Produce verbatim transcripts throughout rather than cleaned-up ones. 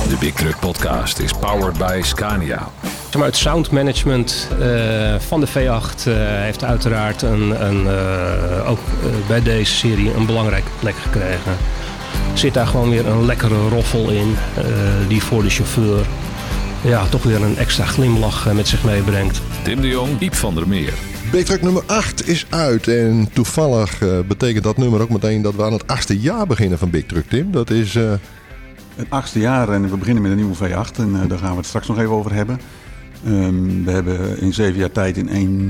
De Big Truck Podcast is powered by Scania. Maar het soundmanagement uh, van de V acht uh, heeft uiteraard een, een, uh, ook uh, bij deze serie een belangrijke plek gekregen. Zit daar gewoon weer een lekkere roffel in uh, die voor de chauffeur ja, toch weer een extra glimlach uh, met zich meebrengt. Tim de Jong, Iep van der Meer. Big Truck nummer acht is uit en toevallig uh, betekent dat nummer ook meteen dat we aan het achtste jaar beginnen van Big Truck, Tim. Dat is... Uh... Het achtste jaar en we beginnen met een nieuwe V acht en uh, daar gaan we het straks nog even over hebben. Um, we hebben in zeven jaar tijd een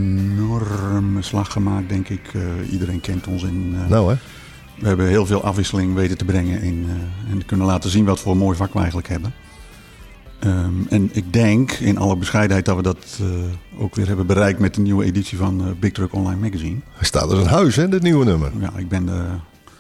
enorme slag gemaakt, denk ik. Uh, iedereen kent ons. In, uh, nou hè? We hebben heel veel afwisseling weten te brengen in, uh, en kunnen laten zien wat voor een mooi vak we eigenlijk hebben. Um, en ik denk in alle bescheidenheid dat we dat uh, ook weer hebben bereikt met de nieuwe editie van uh, Big Truck Online Magazine. Hij staat als een huis, hè, dit nieuwe nummer. Ja, ik ben de...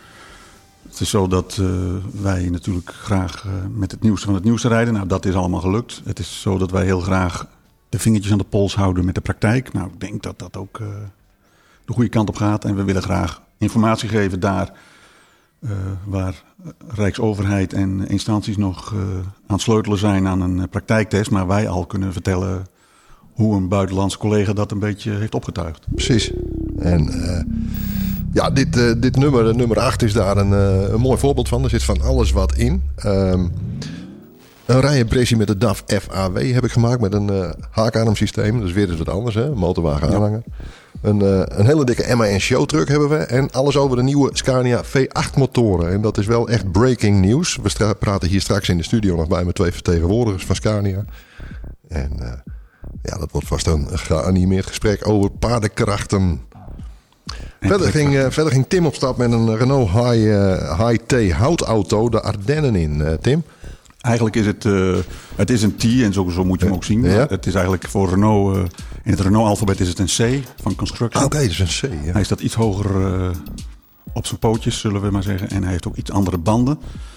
Het is zo dat uh, wij natuurlijk graag uh, met het nieuwste van het nieuwste rijden. Nou, dat is allemaal gelukt. Het is zo dat wij heel graag de vingertjes aan de pols houden met de praktijk. Nou, ik denk dat dat ook uh, de goede kant op gaat. En we willen graag informatie geven daar uh, waar Rijksoverheid en instanties nog uh, aan het sleutelen zijn aan een praktijktest. Maar wij al kunnen vertellen hoe een buitenlandse collega dat een beetje heeft opgetuigd. Precies. En... Uh... Ja, dit, uh, dit nummer, nummer acht is daar een, uh, een mooi voorbeeld van. Er zit van alles wat in. Um, een rijimpressie met de D A F F A W heb ik gemaakt met een uh, haakarmsysteem. Dat is weer eens wat anders, hè? Motorwagen aanhanger. Ja. Een, uh, een hele dikke M A N showtruck hebben we. En alles over de nieuwe Scania V acht motoren. En dat is wel echt breaking news. We stra- praten hier straks in de studio nog bij met twee vertegenwoordigers van Scania. En uh, ja, dat wordt vast een geanimeerd gesprek over paardenkrachten. Verder ging, uh, verder ging Tim op stap met een Renault High, uh, High T houtauto de Ardennen in, uh, Tim. Eigenlijk is het, uh, het is een T en zo, zo moet je hem ook zien. Ja. Het is eigenlijk voor Renault, uh, in het Renault-alfabet is het een C van Construction. Oké, okay, dat is een C. Ja. Hij staat iets hoger uh, op zijn pootjes, zullen we maar zeggen. En hij heeft ook iets andere banden.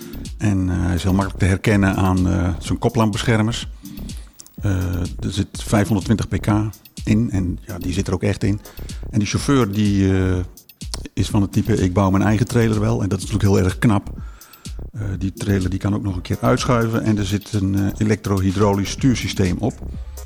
En uh, hij is heel makkelijk te herkennen aan uh, zijn koplampbeschermers. Uh, er zit vijfhonderdtwintig pk in en ja, die zit er ook echt in. En die chauffeur die uh, is van het type ik bouw mijn eigen trailer wel. En dat is natuurlijk heel erg knap. Uh, die trailer die kan ook nog een keer uitschuiven. En er zit een uh, elektro-hydraulisch stuursysteem op.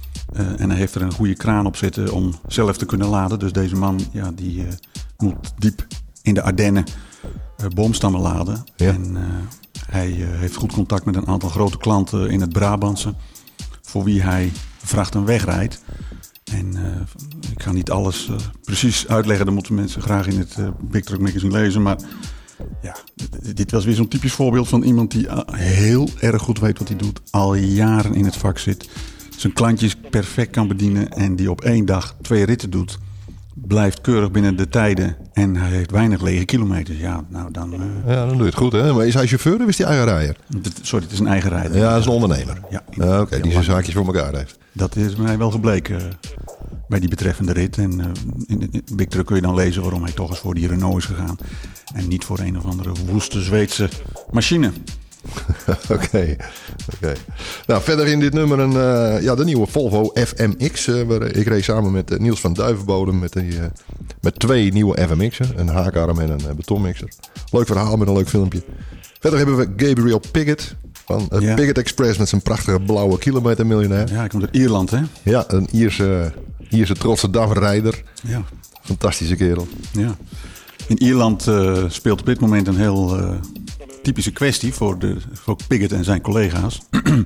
Uh, en hij heeft er een goede kraan op zitten om zelf te kunnen laden. Dus deze man ja, die, uh, moet diep in de Ardennen uh, boomstammen laden. Ja. En uh, hij uh, heeft goed contact met een aantal grote klanten in het Brabantse. Voor wie hij vrachten wegrijdt. En uh, ik ga niet alles uh, precies uitleggen. Dat moeten mensen graag in het uh, Big Truck Magazine lezen. Maar ja, dit, dit was weer zo'n typisch voorbeeld van iemand die uh, heel erg goed weet wat hij doet. Al jaren in het vak zit. Zijn klantjes perfect kan bedienen. En die op één dag twee ritten doet. Blijft keurig binnen de tijden. En hij heeft weinig lege kilometers. Ja, nou dan... Uh... Ja, dan doe je het goed, hè? Maar is hij chauffeur of is hij eigen rijder? Sorry, het is een eigen rijder. Ja, dat is een ondernemer. Ja, ja, Oké, okay, die zijn zaakjes voor elkaar heeft. Dat is mij wel gebleken uh, bij die betreffende rit. En uh, in, in Big Truck kun je dan lezen waarom hij toch eens voor die Renault is gegaan. En niet voor een of andere woeste Zweedse machine. Oké, okay, okay. Nou, verder in dit nummer een, uh, ja, de nieuwe Volvo F M X. Uh, waar ik reed samen met uh, Niels van Duivenbodem met, die, uh, met twee nieuwe F M X'en. Een haakarm en een uh, betonmixer. Leuk verhaal met een leuk filmpje. Verder hebben we Gabriel Piggott van uh, ja. Piggott Express met zijn prachtige blauwe kilometermiljonair. Ja, hij komt uit Ierland, hè? Ja, een Ierse, Ierse trotse D A F-rijder. Ja. Fantastische kerel. Ja. In Ierland uh, speelt op dit moment een heel... Uh, typische kwestie voor, de, voor Piggott en zijn collega's.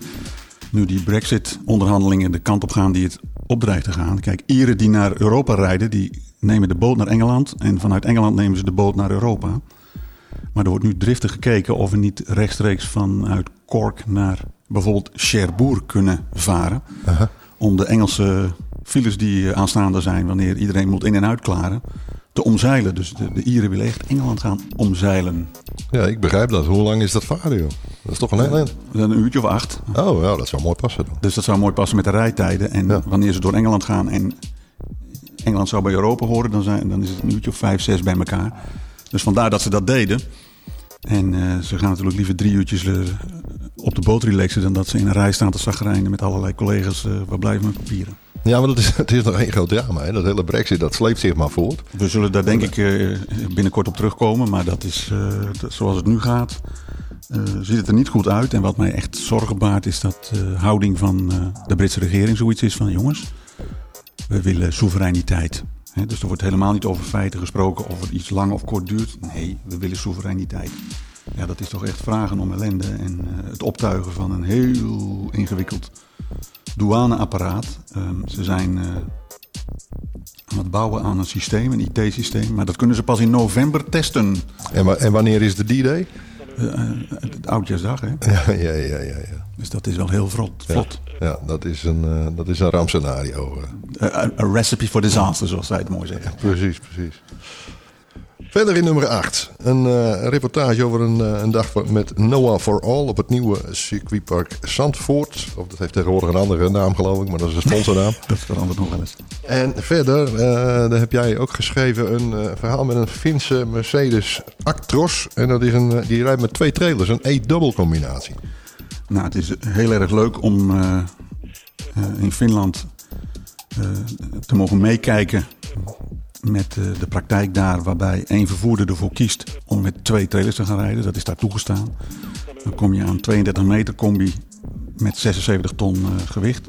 Nu die Brexit-onderhandelingen de kant op gaan die het opdreigt te gaan. Kijk, Ieren die naar Europa rijden, die nemen de boot naar Engeland. En vanuit Engeland nemen ze de boot naar Europa. Maar er wordt nu driftig gekeken of we niet rechtstreeks vanuit Cork naar bijvoorbeeld Cherbourg kunnen varen. Uh-huh. Om de Engelse files die aanstaande zijn wanneer iedereen moet in- en uitklaren, te omzeilen. Dus de, de Ieren willen echt Engeland gaan omzeilen. Ja, ik begrijp dat. Hoe lang is dat varen, joh? Dat is toch een heel eind? Een uurtje of acht. Oh, ja, dat zou mooi passen dan. Dus dat zou mooi passen met de rijtijden. En ja. wanneer ze door Engeland gaan en Engeland zou bij Europa horen, dan, zijn, dan is het een uurtje of vijf, zes bij elkaar. Dus vandaar dat ze dat deden. En uh, ze gaan natuurlijk liever drie uurtjes uh, op de boot relaxen dan dat ze in een rij staan te zagrijnen met allerlei collega's. Uh, waar blijven mijn papieren? Ja, maar dat is, het is nog één groot drama. Hè? Dat hele Brexit, dat sleept zich maar voort. We zullen daar denk ik uh, binnenkort op terugkomen. Maar dat is uh, dat, zoals het nu gaat. uh, ziet het er niet goed uit. En wat mij echt zorgen baart is dat de uh, houding van uh, de Britse regering zoiets is van... jongens, we willen soevereiniteit. He, dus er wordt helemaal niet over feiten gesproken of het iets lang of kort duurt. Nee, we willen soevereiniteit. Ja, dat is toch echt vragen om ellende en uh, het optuigen van een heel ingewikkeld douaneapparaat. Um, ze zijn uh, aan het bouwen aan een systeem, een I T-systeem, maar dat kunnen ze pas in november testen. En, wa- en wanneer is de D-Day? Uh, uh, het Oudjaarsdag, hè? Ja, ja, ja, ja, ja. Dus dat is wel heel vlot. vlot. Ja, ja dat, is een, uh, dat is een rampscenario. Uh. A, a recipe for disaster, zoals zij het mooi zeggen. Ja, precies, precies. Verder in nummer acht. Een uh, reportage over een, uh, een dag met Noah for All op het nieuwe circuitpark Zandvoort. Of dat heeft tegenwoordig een andere naam, geloof ik, maar dat is een sponsornaam. Dat verandert nog wel eens. En verder, uh, daar heb jij ook geschreven een uh, verhaal met een Finse Mercedes Actros. En dat is een, die rijdt met twee trailers, een E-double combinatie. Nou, het is heel erg leuk om uh, uh, in Finland uh, te mogen meekijken met uh, de praktijk daar, waarbij één vervoerder ervoor kiest om met twee trailers te gaan rijden. Dat is daar toegestaan. Dan kom je aan tweeëndertig meter combi met zesenzeventig ton uh, gewicht.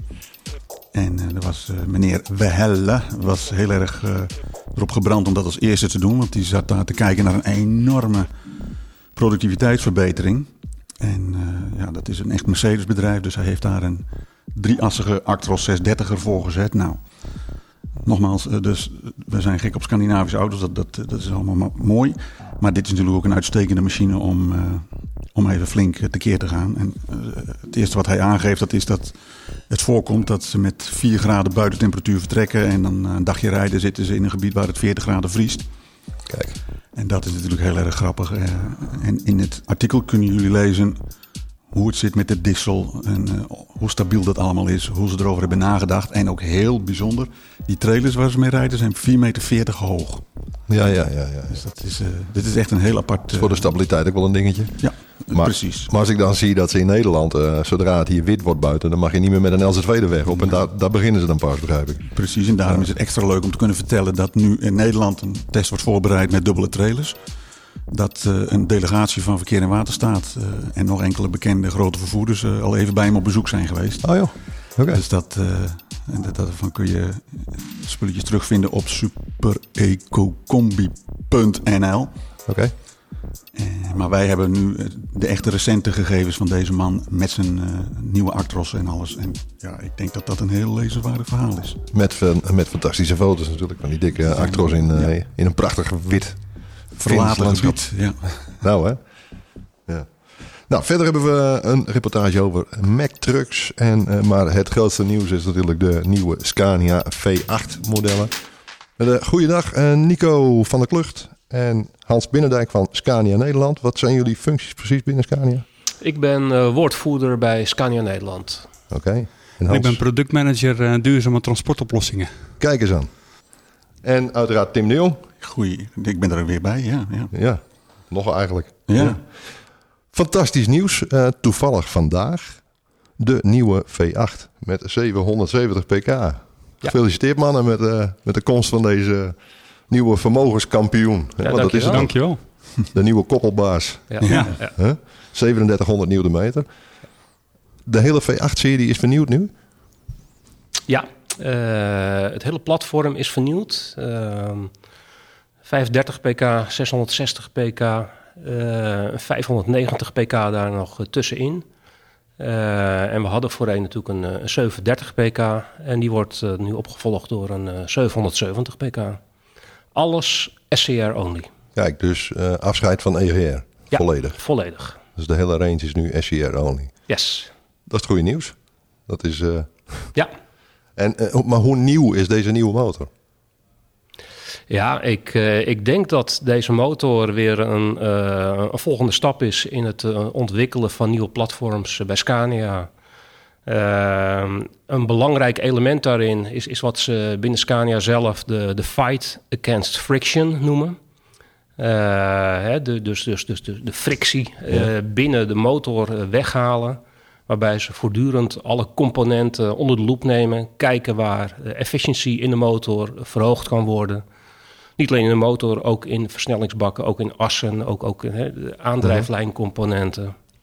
En uh, er was uh, meneer Wehelle was heel erg uh, erop gebrand om dat als eerste te doen, want die zat daar te kijken naar een enorme productiviteitsverbetering. En uh, ja, dat is een echt Mercedes bedrijf, dus hij heeft daar een drieassige Actros zeshonderddertig voor gezet. Nou, nogmaals, uh, dus we zijn gek op Scandinavische auto's, dat, dat, dat is allemaal ma- mooi. Maar dit is natuurlijk ook een uitstekende machine om, uh, om even flink tekeer te gaan. En uh, het eerste wat hij aangeeft, dat is dat het voorkomt dat ze met vier graden buitentemperatuur vertrekken. En dan uh, een dagje rijden zitten ze in een gebied waar het veertig graden vriest. Kijk. En dat is natuurlijk heel erg grappig. Uh, en in het artikel kunnen jullie lezen hoe het zit met de diesel en uh, hoe stabiel dat allemaal is, hoe ze erover hebben nagedacht. En ook heel bijzonder, die trailers waar ze mee rijden zijn vier meter veertig hoog. Ja, ja, ja. ja. Dus dat is, uh, dit is echt een heel apart... Uh, voor de stabiliteit ook wel een dingetje. Ja, maar, precies. Maar als ik dan zie dat ze in Nederland, uh, zodra het hier wit wordt buiten, dan mag je niet meer met een L Z V de weg op. En daar, daar beginnen ze dan pas, begrijp ik. Precies, en daarom ja. is het extra leuk om te kunnen vertellen dat nu in Nederland een test wordt voorbereid met dubbele trailers. Dat uh, een delegatie van Verkeer en Waterstaat uh, en nog enkele bekende grote vervoerders uh, al even bij hem op bezoek zijn geweest. Oh joh, oké. Okay. Dus dat, uh, en dat, daarvan kun je spulletjes terugvinden op superecocombi punt n l. Oké. Okay. Uh, maar wij hebben nu de echte recente gegevens van deze man met zijn uh, nieuwe Actros en alles. En ja, ik denk dat dat een heel lezenswaardig verhaal is. Met, met fantastische foto's natuurlijk van die dikke Actros in, uh, ja. in een prachtig wit verlaten gebied. Ja. Nou hè. Ja. Nou, verder hebben we een reportage over Mack Trucks. En, uh, maar het grootste nieuws is natuurlijk de nieuwe Scania V acht modellen. Uh, goeiedag, uh, Nico van der Klucht en Hans Binnendijk van Scania Nederland. Wat zijn jullie functies precies binnen Scania? Ik ben uh, woordvoerder bij Scania Nederland. Oké. Okay. Ik ben productmanager uh, duurzame transportoplossingen. Kijk eens aan. En uiteraard Tim de Jong. Goeie, ik ben er weer bij, ja. Ja, ja nog eigenlijk. Ja. Ja. Fantastisch nieuws. Uh, toevallig vandaag de nieuwe V acht met zevenhonderdzeventig pk. Ja. Gefeliciteerd mannen met, uh, met de komst van deze nieuwe vermogenskampioen. Ja, Want dat is het. Dankjewel. De nieuwe koppelbaas. Ja. Ja. Ja. Huh? zevenendertighonderd newtonmeter. De hele V acht-serie is vernieuwd nu? Ja, uh, het hele platform is vernieuwd. Uh, vijfhonderddertig pk, zeshonderdzestig pk, uh, vijfhonderdnegentig pk daar nog uh, tussenin. Uh, en we hadden voorheen natuurlijk een, een zevenhonderddertig pk en die wordt uh, nu opgevolgd door een uh, zevenhonderdzeventig pk. Alles S C R only. Kijk, dus uh, afscheid van E G R. Ja, volledig. volledig. Dus de hele range is nu S C R only. Yes. Dat is het goede nieuws. Dat is... Uh... Ja. En, uh, maar hoe nieuw is deze nieuwe motor? Ja, ik, uh, ik denk dat deze motor weer een, uh, een volgende stap is in het uh, ontwikkelen van nieuwe platforms uh, bij Scania. Uh, een belangrijk element daarin is, is wat ze binnen Scania zelf de, de fight against friction noemen. Uh, hè, de, dus, dus, dus de, de frictie uh, ja. binnen de motor weghalen. Waarbij ze voortdurend alle componenten onder de loep nemen. Kijken waar de efficiëntie in de motor verhoogd kan worden. Niet alleen in de motor, ook in versnellingsbakken, ook in assen, ook, ook in hè, de aandrijflijncomponenten.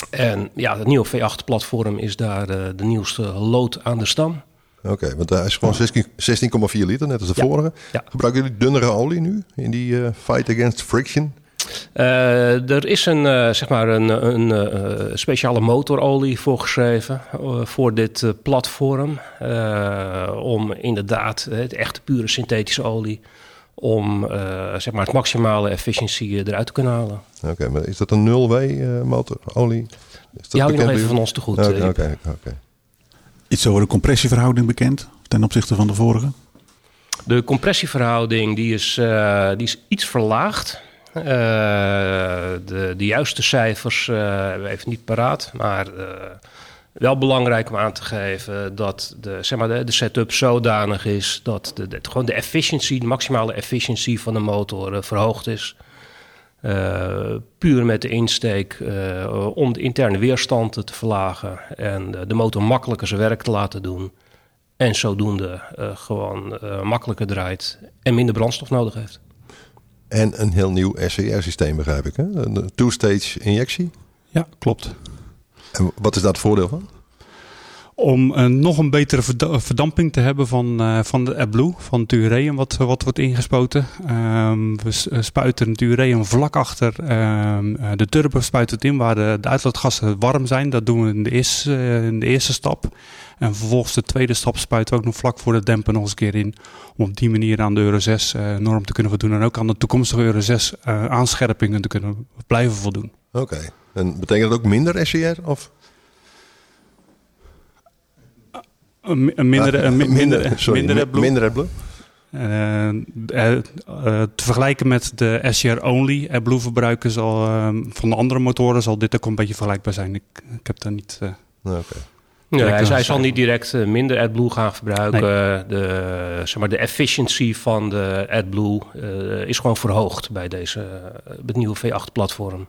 En ja, het nieuwe V acht platform is daar uh, de nieuwste lood aan de stam. Oké, okay, want hij is gewoon zestien komma vier liter, net als de ja. vorige. Ja. Gebruiken jullie dunnere olie nu in die uh, fight against friction? Uh, er is een, uh, zeg maar een, een uh, speciale motorolie voorgeschreven uh, voor dit uh, platform. Uh, om inderdaad uh, het echte pure synthetische olie, om uh, zeg maar het maximale efficiëntie eruit te kunnen halen. Oké, okay, maar is dat een nul W uh, motorolie? Die hou je nog even van ons te goed. Oké, okay, oké. Okay, okay. Iets over de compressieverhouding bekend ten opzichte van de vorige? De compressieverhouding die is, uh, die is iets verlaagd. Uh, de, de juiste cijfers uh, hebben we even niet paraat. Maar uh, wel belangrijk om aan te geven dat de, zeg maar de, de setup zodanig is dat de, de, gewoon de efficiëntie, de maximale efficiëntie van de motor uh, verhoogd is. Uh, puur met de insteek uh, om de interne weerstand te verlagen en uh, de motor makkelijker zijn werk te laten doen. En zodoende uh, gewoon uh, makkelijker draait en minder brandstof nodig heeft. En een heel nieuw S C R-systeem, begrijp ik, hè? Een two-stage injectie? Ja, klopt. En wat is daar het voordeel van? Om uh, nog een betere verda- verdamping te hebben van, uh, van de AdBlue, van het ureum wat, wat wordt ingespoten. Um, we spuiten het ureum vlak achter um, de turbo spuiten het in waar de, de uitlaatgassen warm zijn. Dat doen we in de, eerste, uh, in de eerste stap. En vervolgens de tweede stap spuiten we ook nog vlak voor de demper nog eens een keer in. Om op die manier aan de Euro zes uh, norm te kunnen voldoen. En ook aan de toekomstige Euro zes uh, aanscherpingen te kunnen blijven voldoen. Oké. Okay. En betekent dat ook minder S C R? Of? Een, een minder, een, minder, minder, sorry, minder AdBlue. Minder AdBlue. Uh, uh, uh, te vergelijken met de S C R-only AdBlue verbruiken zal, uh, van de andere motoren zal dit ook een beetje vergelijkbaar zijn. Ik, ik heb daar niet... Uh, Oké. Okay. Ja, hij, hij zal niet direct uh, minder AdBlue gaan gebruiken. Nee. De, zeg maar, de efficiëntie van de AdBlue uh, is gewoon verhoogd bij deze, uh, het nieuwe V acht platform.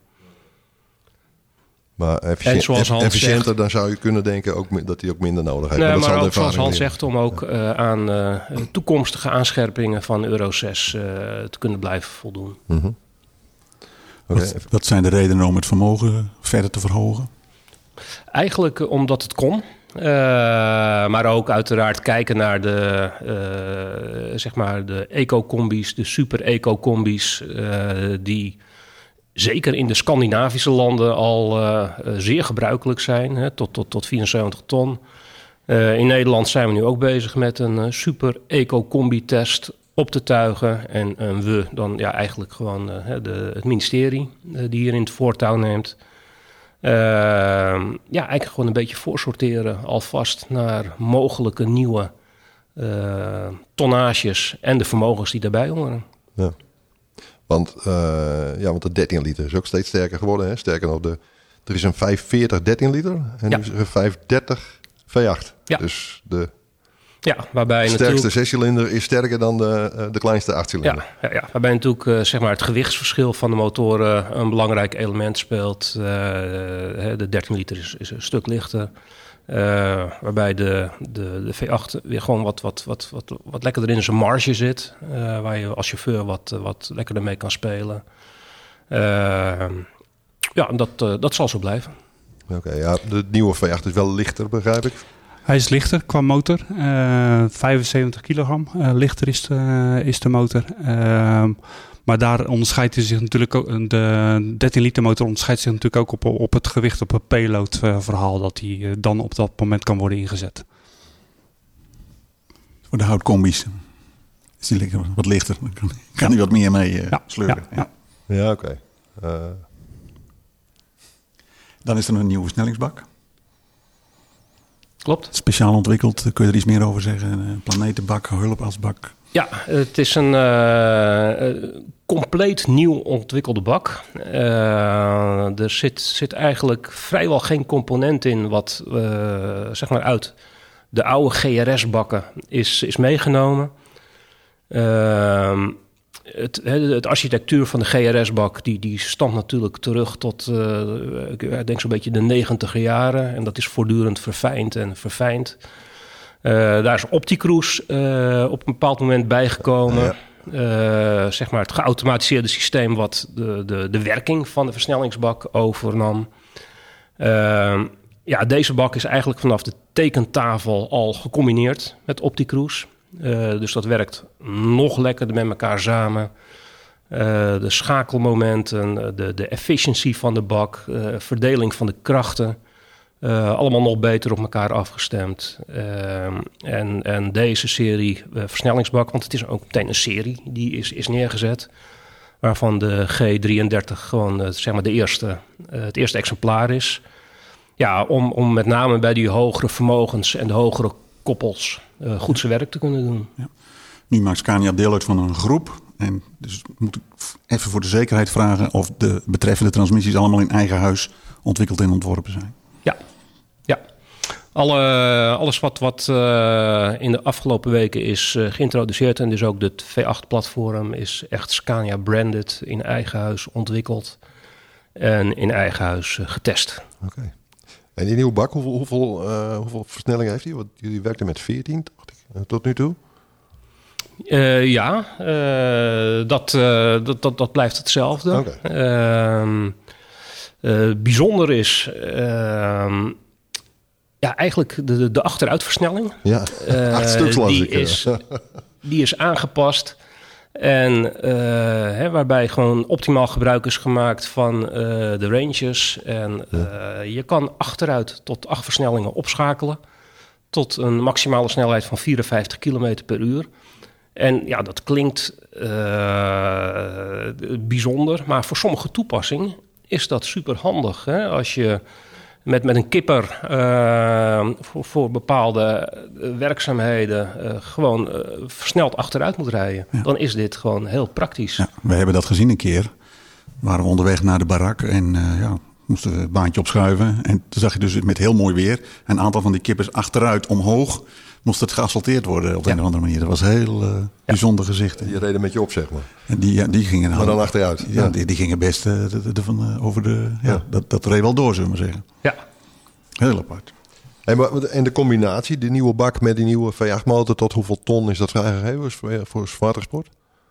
Maar efficiënt, efficiënter, zegt, dan zou je kunnen denken ook dat hij ook minder nodig heeft. Nee, maar dat maar zal ook zoals Hans leren. zegt, om ook uh, aan uh, toekomstige aanscherpingen van Euro zes uh, te kunnen blijven voldoen. Mm-hmm. Okay. Wat, wat zijn de redenen om het vermogen verder te verhogen? Eigenlijk uh, omdat het kon. Uh, maar ook uiteraard kijken naar de, uh, zeg maar de eco-combi's, de super-eco-combi's, uh, die zeker in de Scandinavische landen al uh, zeer gebruikelijk zijn, hè, tot, tot, tot vierenzeventig ton. Uh, in Nederland zijn we nu ook bezig met een uh, super-eco-combi-test op te tuigen. En uh, we dan ja, eigenlijk gewoon uh, de, het ministerie uh, die hierin het voortouw neemt. Uh, ja, eigenlijk gewoon een beetje voorsorteren alvast naar mogelijke nieuwe uh, tonnages en de vermogens die daarbij horen. Ja. Want, uh, ja, want de dertien liter is ook steeds sterker geworden. Hè? Sterker nog, de, er is een vijfenveertig dertien liter en ja. nu is er een vijfendertig V acht. Ja. Dus de ja, waarbij sterkste natuurlijk... zescilinder is sterker dan de, de kleinste achtcilinder. Ja, ja, ja, waarbij natuurlijk uh, zeg maar het gewichtsverschil van de motoren een belangrijk element speelt. Uh, de dertien liter is, is een stuk lichter. Uh, waarbij de, de, de V acht weer gewoon wat, wat, wat, wat, wat lekkerder in zijn marge zit. Uh, waar je als chauffeur wat, wat lekkerder mee kan spelen. Uh, ja, dat, uh, dat zal zo blijven. Oké, okay, ja, de nieuwe V acht is wel lichter, begrijp ik. Hij is lichter qua motor. Uh, vijfenzeventig kilogram uh, lichter is de, is de motor. Uh, Maar daar onderscheidt hij zich natuurlijk ook. De dertien liter motor onderscheidt zich natuurlijk ook op, op het gewicht, op het payload uh, verhaal dat hij uh, dan op dat moment kan worden ingezet. Voor de houtcombi's is die lekker wat lichter. Dan kan, kan hij wat meer mee uh, ja, sleuren. Ja, ja. ja oké. Okay. Uh... Dan is er een nieuwe versnellingsbak. Klopt. Speciaal ontwikkeld, kun je er iets meer over zeggen? Een planetenbak, hulpasbak. Ja, het is een uh, compleet nieuw ontwikkelde bak. Uh, er zit, zit eigenlijk vrijwel geen component in wat uh, zeg maar uit de oude G R S-bakken is, is meegenomen. Uh, het, het architectuur van de G R S-bak die, die stamt natuurlijk terug tot, uh, ik denk zo'n beetje de negentiger jaren. En dat is voortdurend verfijnd en verfijnd. Uh, daar is Opticruise uh, op een bepaald moment bijgekomen. Ja. Uh, zeg maar het geautomatiseerde systeem wat de, de, de werking van de versnellingsbak overnam. Uh, ja, deze bak is eigenlijk vanaf de tekentafel al gecombineerd met OptiCruise. Uh, dus dat werkt nog lekkerder met elkaar samen. Uh, de schakelmomenten, de, de efficiëntie van de bak, uh, verdeling van de krachten. Uh, allemaal nog beter op elkaar afgestemd. Uh, en, en deze serie uh, versnellingsbak, want het is ook meteen een serie, die is, is neergezet. Waarvan de G drieëndertig gewoon uh, zeg maar de eerste, uh, het eerste exemplaar is. Ja, om, om met name bij die hogere vermogens en de hogere koppels uh, goed zijn werk te kunnen doen. Ja. Nu maakt Scania deel uit van een groep. En dus moet ik even voor de zekerheid vragen of de betreffende transmissies allemaal in eigen huis ontwikkeld en ontworpen zijn. Ja, ja. Alle, alles wat, wat uh, in de afgelopen weken is uh, geïntroduceerd en dus ook het V acht platform is echt Scania branded, in eigen huis ontwikkeld en in eigen huis uh, getest. Oké. Okay. En die nieuwe bak, hoeveel, hoeveel, uh, hoeveel versnelling heeft hij? Want jullie werkten met veertien, dacht ik, tot nu toe? Uh, ja, uh, dat, uh, dat, dat, dat blijft hetzelfde. Okay. Uh, uh, bijzonder is uh, ja, eigenlijk de, de achteruitversnelling. Ja, uh, acht stuks las die ik. Is, die is aangepast. En uh, hè, waarbij gewoon optimaal gebruik is gemaakt van uh, de ranges. En uh, ja. je kan achteruit tot acht versnellingen opschakelen. Tot een maximale snelheid van vierenvijftig kilometer per uur. En ja, dat klinkt uh, bijzonder. Maar voor sommige toepassingen is dat super handig. Hè? Als je met, met een kipper uh, voor, voor bepaalde werkzaamheden uh, gewoon uh, versneld achteruit moet rijden. Ja. Dan is dit gewoon heel praktisch. Ja, we hebben dat gezien een keer. Waren we onderweg naar de barak en uh, ja, moesten we het baantje opschuiven. En toen zag je dus met heel mooi weer een aantal van die kippers achteruit omhoog. Moest het geasfalteerd worden op ja. een of andere manier. Dat was heel uh, ja. bijzonder gezicht. Die reden met je op, zeg maar. En die, ja, die gingen maar dan achteruit. Ja, ja. Die, die gingen best uh, de, de, de, van, uh, over de... Ja, ja. Dat, dat reed wel door, zullen we maar zeggen. Ja. Heel apart. En, maar, en de combinatie, die nieuwe bak met die nieuwe V acht motor, tot hoeveel ton is dat vrijgegeven voor, voor Watersport?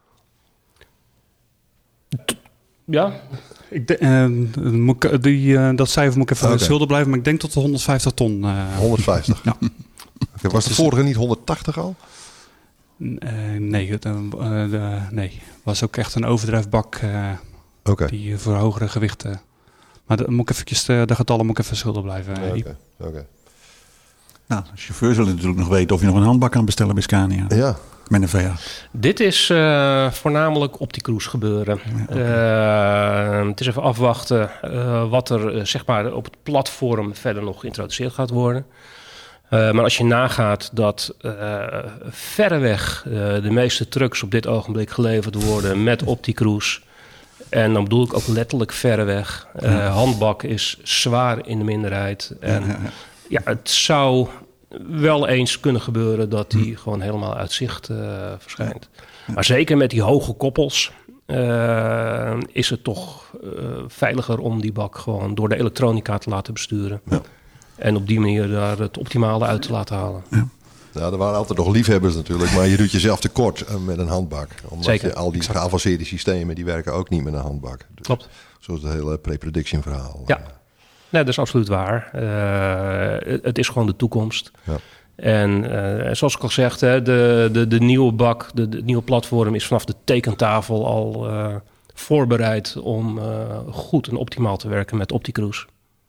Ja, ik de, uh, moet, die, uh, dat cijfer moet ik even okay. schuldig blijven, maar ik denk tot de honderdvijftig ton. Uh, honderdvijftig? Ja. Okay, was de vorige niet honderdtachtig al? Uh, nee, het uh, uh, nee, was ook echt een overdrijfbak uh, okay. die voor hogere gewichten. Maar dat moet ik eventjes, uh, de getallen moet ik even schuldig blijven. Oké. Okay. Okay. Nou, de chauffeur zal natuurlijk nog weten of je nog een handbak kan bestellen bij Scania. Ja. Met een V acht. Dit is uh, voornamelijk OptiCruise gebeuren. Ja, okay. uh, het is even afwachten uh, wat er uh, zeg maar op het platform verder nog geïntroduceerd gaat worden. Uh, maar als je nagaat dat uh, verreweg uh, de meeste trucks op dit ogenblik geleverd worden met OptiCruise. En dan bedoel ik ook letterlijk verreweg. Uh, ja. Handbak is zwaar in de minderheid. En ja, ja, ja. ja, het zou wel eens kunnen gebeuren dat die hm. gewoon helemaal uit zicht uh, verschijnt. Ja. Ja. Maar zeker met die hoge koppels uh, is het toch uh, veiliger om die bak gewoon door de elektronica te laten besturen. Ja. En op die manier daar het optimale uit te laten halen. Ja. Nou, er waren altijd nog liefhebbers natuurlijk, maar je doet jezelf tekort met een handbak. Omdat Zeker. Je, al die exact. geavanceerde systemen, die werken ook niet met een handbak. Dus, klopt. Zoals het hele pre-prediction verhaal. Ja, nee, dat is absoluut waar. Uh, het is gewoon de toekomst. Ja. En uh, zoals ik al zeg, hè, de, de, de nieuwe bak, de, de nieuwe platform is vanaf de tekentafel al uh, voorbereid om uh, goed en optimaal te werken met OptiCruise.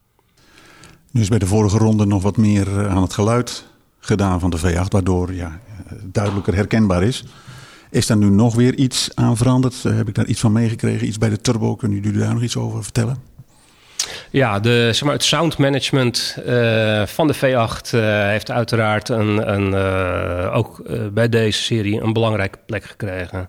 Nu is bij de vorige ronde nog wat meer aan het geluid gedaan van de V acht, waardoor ja, duidelijker herkenbaar is. Is daar nu nog weer iets aan veranderd? Heb ik daar iets van meegekregen? Iets bij de turbo? Kunnen jullie daar nog iets over vertellen? Ja, de, zeg maar, het soundmanagement uh, van de V acht uh, heeft uiteraard een, een, uh, ook uh, bij deze serie een belangrijke plek gekregen.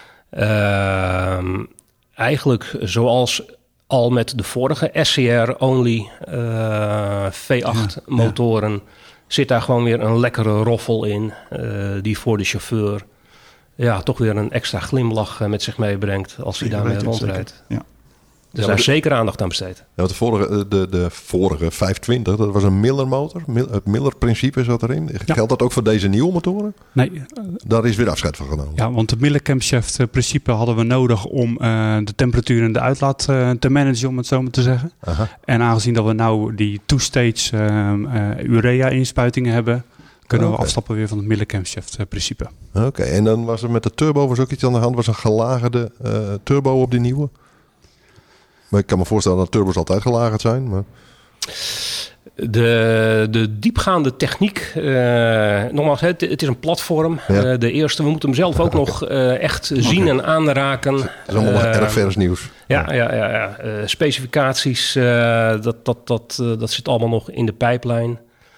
Uh, eigenlijk zoals al met de vorige S C R-only uh, V acht ja, motoren... Ja. Zit daar gewoon weer een lekkere roffel in, uh, die voor de chauffeur ja, toch weer een extra glimlach uh, met zich meebrengt als hij daarmee rondrijdt. Ja. Dus ja, daar de, is zeker aandacht aan besteed. Ja, de, vorige, de, de vorige vijfhonderdtwintig, dat was een Miller motor. Het Miller-principe zat erin. Ja. Geldt dat ook voor deze nieuwe motoren? Nee. Uh, Daar is weer afscheid van genomen. Ja, want het Miller camshaft-principe hadden we nodig om uh, de temperatuur en de uitlaat uh, te managen, om het zo maar te zeggen. Aha. En aangezien dat we nou die two-stage uh, uh, urea-inspuitingen hebben, kunnen okay. we afstappen weer van het Miller camshaft-principe. Oké, okay. En dan was er met de turbo was ook iets aan de hand. Was een gelagerde uh, turbo op die nieuwe? Maar ik kan me voorstellen dat turbo's altijd gelagerd zijn. Maar... De, de diepgaande techniek, uh, nogmaals, het, het is een platform. Ja. Uh, de eerste, we moeten hem zelf ook nog uh, echt okay. zien en aanraken. Dat is allemaal uh, erg vers nieuws. Ja, ja, ja, ja. Uh, specificaties, uh, dat, dat, dat, uh, dat zit allemaal nog in de pijplijn.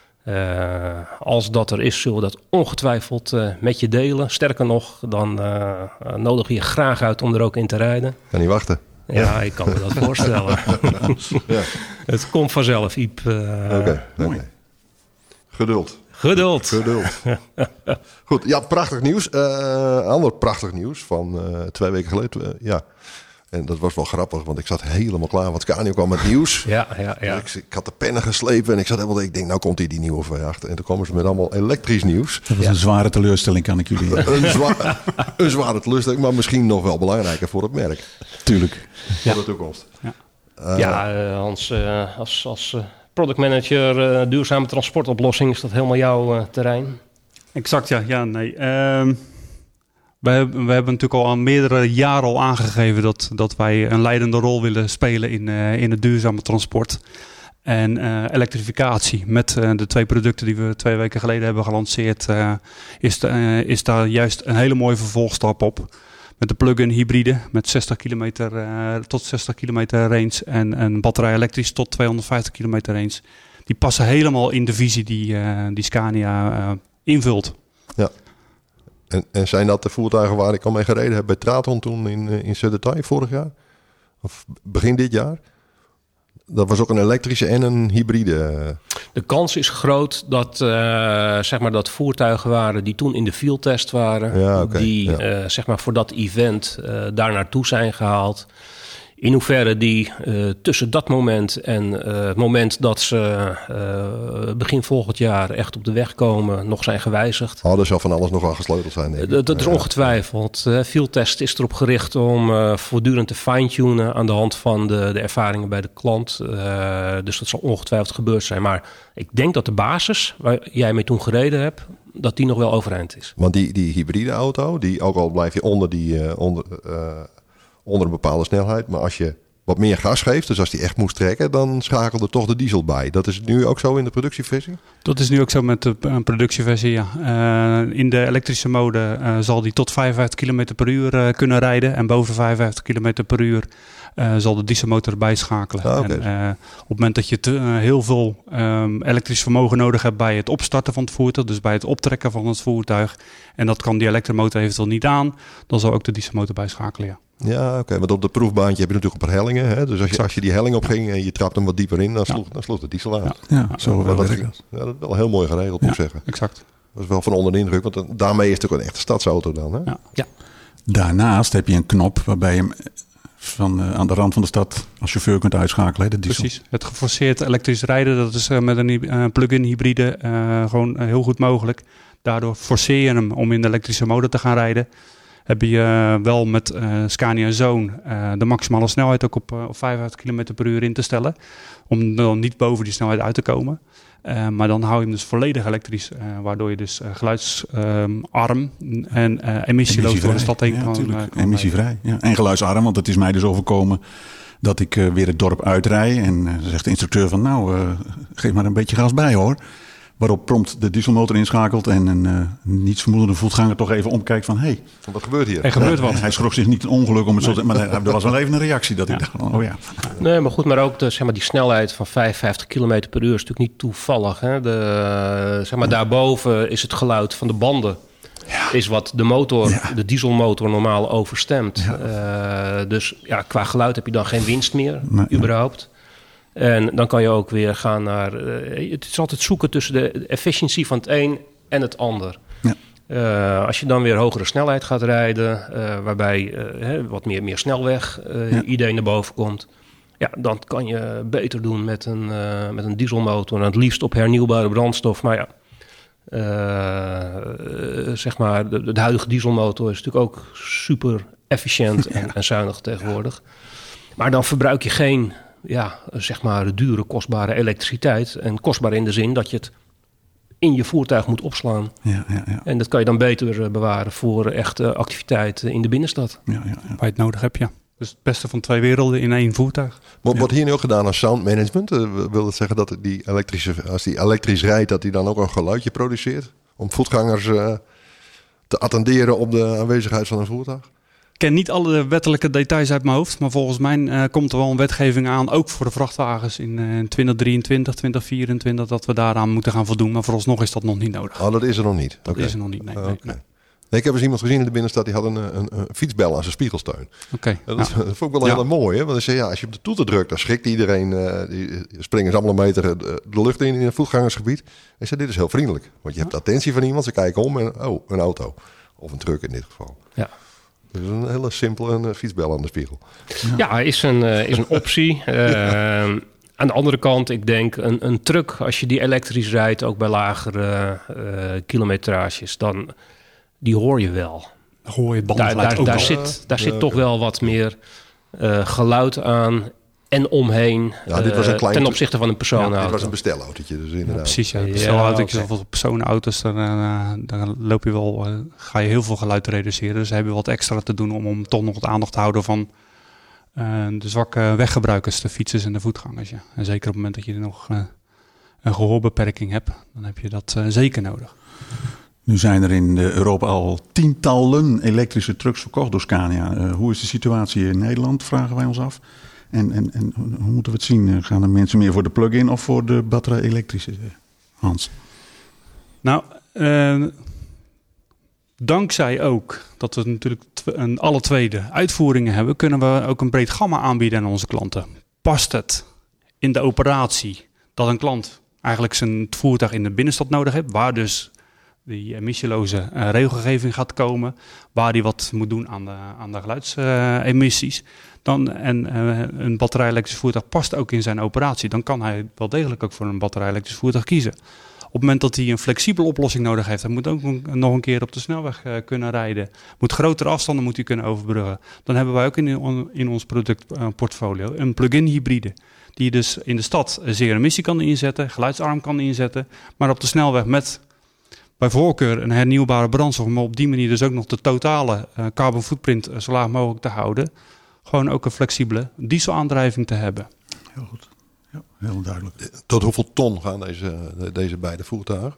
Uh, als dat er is, zullen we dat ongetwijfeld uh, met je delen. Sterker nog, dan uh, nodig je graag uit om er ook in te rijden. Kan niet wachten. Ja, ja, ik kan me dat voorstellen. Ja. Het komt vanzelf, Iep. Uh, Oké, okay, okay. Geduld. Geduld. Geduld. Goed, ja, prachtig nieuws. Uh, ander prachtig nieuws van uh, twee weken geleden. Uh, ja. En dat was wel grappig, want ik zat helemaal klaar. Want Scania kwam met nieuws. Ja, ja, ja. Ik, ik had de pennen geslepen en ik zat helemaal... Ik denk, nou komt hier die nieuwe V acht. En toen komen ze met allemaal elektrisch nieuws. Dat was ja. een zware teleurstelling, kan ik jullie... een, zwa- een zware teleurstelling, maar misschien nog wel belangrijker voor het merk. Tuurlijk. Voor ja. de toekomst. Ja, uh, ja uh, Hans, uh, als, als uh, product manager uh, duurzame transportoplossing... is dat helemaal jouw uh, terrein? Exact, ja. Ja, nee. Um... We hebben, we hebben natuurlijk al al meerdere jaren al aangegeven dat, dat wij een leidende rol willen spelen in, uh, in het duurzame transport. En uh, elektrificatie met uh, de twee producten die we twee weken geleden hebben gelanceerd, uh, is, de, uh, is daar juist een hele mooie vervolgstap op. Met de plug-in hybride met zestig kilometer uh, tot zestig kilometer range en een batterij elektrisch tot tweehonderdvijftig kilometer range. Die passen helemaal in de visie die, uh, die Scania uh, invult. Ja. En, en zijn dat de voertuigen waar ik al mee gereden heb bij Traton toen in, in Zuidertij vorig jaar? Of begin dit jaar? Dat was ook een elektrische en een hybride. De kans is groot dat, uh, zeg maar dat voertuigen waren die toen in de fieldtest waren. Ja, okay, die ja. uh, zeg maar voor dat event uh, daar naartoe zijn gehaald. In hoeverre die uh, tussen dat moment en uh, het moment dat ze uh, begin volgend jaar echt op de weg komen, nog zijn gewijzigd. Oh, er zal van alles nog aan gesleuteld zijn, denk ik. Dat, dat is ongetwijfeld. Uh, fieldtest is erop gericht om uh, voortdurend te fine-tunen aan de hand van de, de ervaringen bij de klant. Uh, dus dat zal ongetwijfeld gebeurd zijn. Maar ik denk dat de basis waar jij mee toen gereden hebt, dat die nog wel overeind is. Want die, die hybride auto, die ook al blijf je onder die... Uh, onder, uh, onder een bepaalde snelheid. Maar als je wat meer gas geeft, dus als die echt moest trekken, dan schakelde toch de diesel bij. Dat is nu ook zo in de productieversie? Dat is nu ook zo met de uh, productieversie, ja. Uh, in de elektrische mode uh, zal die tot vijfenvijftig kilometer per uur uh, kunnen rijden. En boven vijfenvijftig kilometer per uur uh, zal de dieselmotor bijschakelen. Ah, okay. En, uh, op het moment dat je te, uh, heel veel um, elektrisch vermogen nodig hebt bij het opstarten van het voertuig, dus bij het optrekken van het voertuig, en dat kan die elektromotor eventueel niet aan, dan zal ook de dieselmotor bijschakelen, ja. Ja, oké. Okay. Want op de proefbaantje heb je natuurlijk op hellingen. Hè? Dus als je, als je die helling opging en je trapt hem wat dieper in, dan sloeg, ja. dan sloeg de diesel aan. Ja, ja zo ja, wel dat, dat, ja, dat is wel heel mooi geregeld, moet ik ja, zeggen. Exact. Dat is wel van onder de indruk, want daarmee is het ook een echte stadsauto dan. Hè? Ja. Ja. Daarnaast heb je een knop waarbij je hem van, uh, aan de rand van de stad als chauffeur kunt uitschakelen. Hè, de diesel. Precies. Het geforceerd elektrisch rijden, dat is uh, met een uh, plug-in hybride uh, gewoon uh, heel goed mogelijk. Daardoor forceer je hem om in de elektrische motor te gaan rijden. Heb je uh, wel met uh, Scania Zone uh, de maximale snelheid ook op, uh, op vijfenvijftig kilometer per uur in te stellen. Om dan niet boven die snelheid uit te komen. Uh, maar dan hou je hem dus volledig elektrisch. Uh, waardoor je dus uh, geluidsarm um, en uh, emissieloos door de stad heen ja, kan. Uh, kan emissievrij. Ja. En geluidsarm, want het is mij dus overkomen dat ik uh, weer het dorp uitrij. En uh, zegt de instructeur van nou, uh, geef maar een beetje gas bij hoor. Waarop prompt de dieselmotor inschakelt en een uh, nietsvermoedende voetganger toch even omkijkt van hé. Hey, wat gebeurt hier? Er gebeurt wat. Hij schrok zich niet een ongeluk om het nee. zo te... Maar er was wel even een reactie dat ja. ik dacht van oh ja. Nee, maar goed, maar ook de, zeg maar, die snelheid van vijfenvijftig kilometer per uur is natuurlijk niet toevallig. Hè? De, zeg maar, ja. Daarboven is het geluid van de banden. Ja. Is wat de motor, ja. de dieselmotor normaal overstemt. Ja. Uh, dus ja, qua geluid heb je dan geen winst meer, nee, überhaupt. Nee. En dan kan je ook weer gaan naar... Uh, het is altijd zoeken tussen de efficiëntie van het een en het ander. Ja. Uh, als je dan weer hogere snelheid gaat rijden, uh, waarbij uh, hè, wat meer, meer snelweg uh, ja. idee naar boven komt, Ja, dan kan je beter doen met een, uh, met een dieselmotor. En het liefst op hernieuwbare brandstof. Maar ja, uh, zeg maar, de, de huidige dieselmotor is natuurlijk ook super efficiënt en, ja. en zuinig tegenwoordig. Maar dan verbruik je geen, ja, zeg maar, dure, kostbare elektriciteit. En kostbaar in de zin dat je het in je voertuig moet opslaan. Ja, ja, ja. En dat kan je dan beter bewaren voor echte activiteit in de binnenstad. Ja, ja, ja. Waar je het nodig hebt, ja. Dus het beste van twee werelden in één voertuig. Wordt ja. hier nu ook gedaan aan sound management? Uh, wil dat zeggen dat die elektrische, als die elektrisch rijdt, dat hij dan ook een geluidje produceert? Om voetgangers uh, te attenderen op de aanwezigheid van een voertuig? Ik ken niet alle wettelijke details uit mijn hoofd. Maar volgens mij uh, komt er wel een wetgeving aan. Ook voor de vrachtwagens in uh, twintig drieëntwintig, twintig vierentwintig. Dat we daaraan moeten gaan voldoen. Maar vooralsnog is dat nog niet nodig. Oh, dat is er nog niet? Dat okay. is er nog niet, nee. Uh, nee, okay. nee. Nee, ik heb eens iemand gezien in de binnenstad, die had een, een, een fietsbel aan zijn spiegelsteun. Okay, dat, ja. is, dat vond ik wel ja. heel mooi. Hè? Want zei, ja, als je op de toeter drukt, dan schrikt iedereen. Uh, die springen ze allemaal een meter de lucht in in het voetgangersgebied. En zei, dit is heel vriendelijk. Want je hebt de attentie van iemand, ze kijken om en oh, een auto. Of een truck in dit geval. Ja. Dus een hele simpele een fietsbel aan de spiegel. Ja, ja is, een, uh, is een optie. uh, aan de andere kant, ik denk een, een truck, als je die elektrisch rijdt, ook bij lagere uh, kilometrages, dan die hoor je wel. Hoor je daar daar, daar zit, daar ja, zit okay. toch wel wat meer uh, geluid aan en omheen. Ja, dit was een klein, uh, ten opzichte van een personenauto. Ja, dit was een bestelautootje, dus inderdaad. Ja, precies, ja. Ja, Bestelautootjes okay. of personenauto's, dan, uh, dan loop je wel, uh, ga je heel veel geluid reduceren. Dus heb je wat extra te doen om, om toch nog de aandacht te houden van uh, de zwakke weggebruikers, de fietsers en de voetgangers. Ja. En zeker op het moment dat je nog uh, een gehoorbeperking hebt, dan heb je dat uh, zeker nodig. Nu zijn er in Europa al tientallen elektrische trucks verkocht door Scania. Uh, hoe is de situatie in Nederland, vragen wij ons af. En, en, en hoe moeten we het zien? Gaan er mensen meer voor de plug-in of voor de batterij-elektrische, Hans? Nou, uh, dankzij ook dat we natuurlijk tw- een, alle tweede uitvoeringen hebben, kunnen we ook een breed gamma aanbieden aan onze klanten. Past het in de operatie dat een klant eigenlijk zijn voertuig in de binnenstad nodig heeft, waar dus die emissieloze uh, regelgeving gaat komen, waar hij wat moet doen aan de, aan de geluidsemissies. Uh, dan en uh, een batterij-elektrisch voertuig past ook in zijn operatie. Dan kan hij wel degelijk ook voor een batterij-elektrisch voertuig kiezen. Op het moment dat hij een flexibele oplossing nodig heeft, hij moet ook nog een keer op de snelweg uh, kunnen rijden, moet grotere afstanden moet hij kunnen overbruggen. Dan hebben wij ook in, in ons productportfolio uh, een plug-in hybride, die je dus in de stad zero emissie kan inzetten, geluidsarm kan inzetten, maar op de snelweg met bij voorkeur een hernieuwbare brandstof, maar op die manier dus ook nog de totale uh, carbon footprint uh, zo laag mogelijk te houden. Gewoon ook een flexibele dieselaandrijving te hebben. Heel goed. Ja, heel duidelijk. Tot hoeveel ton gaan deze, deze beide voertuigen?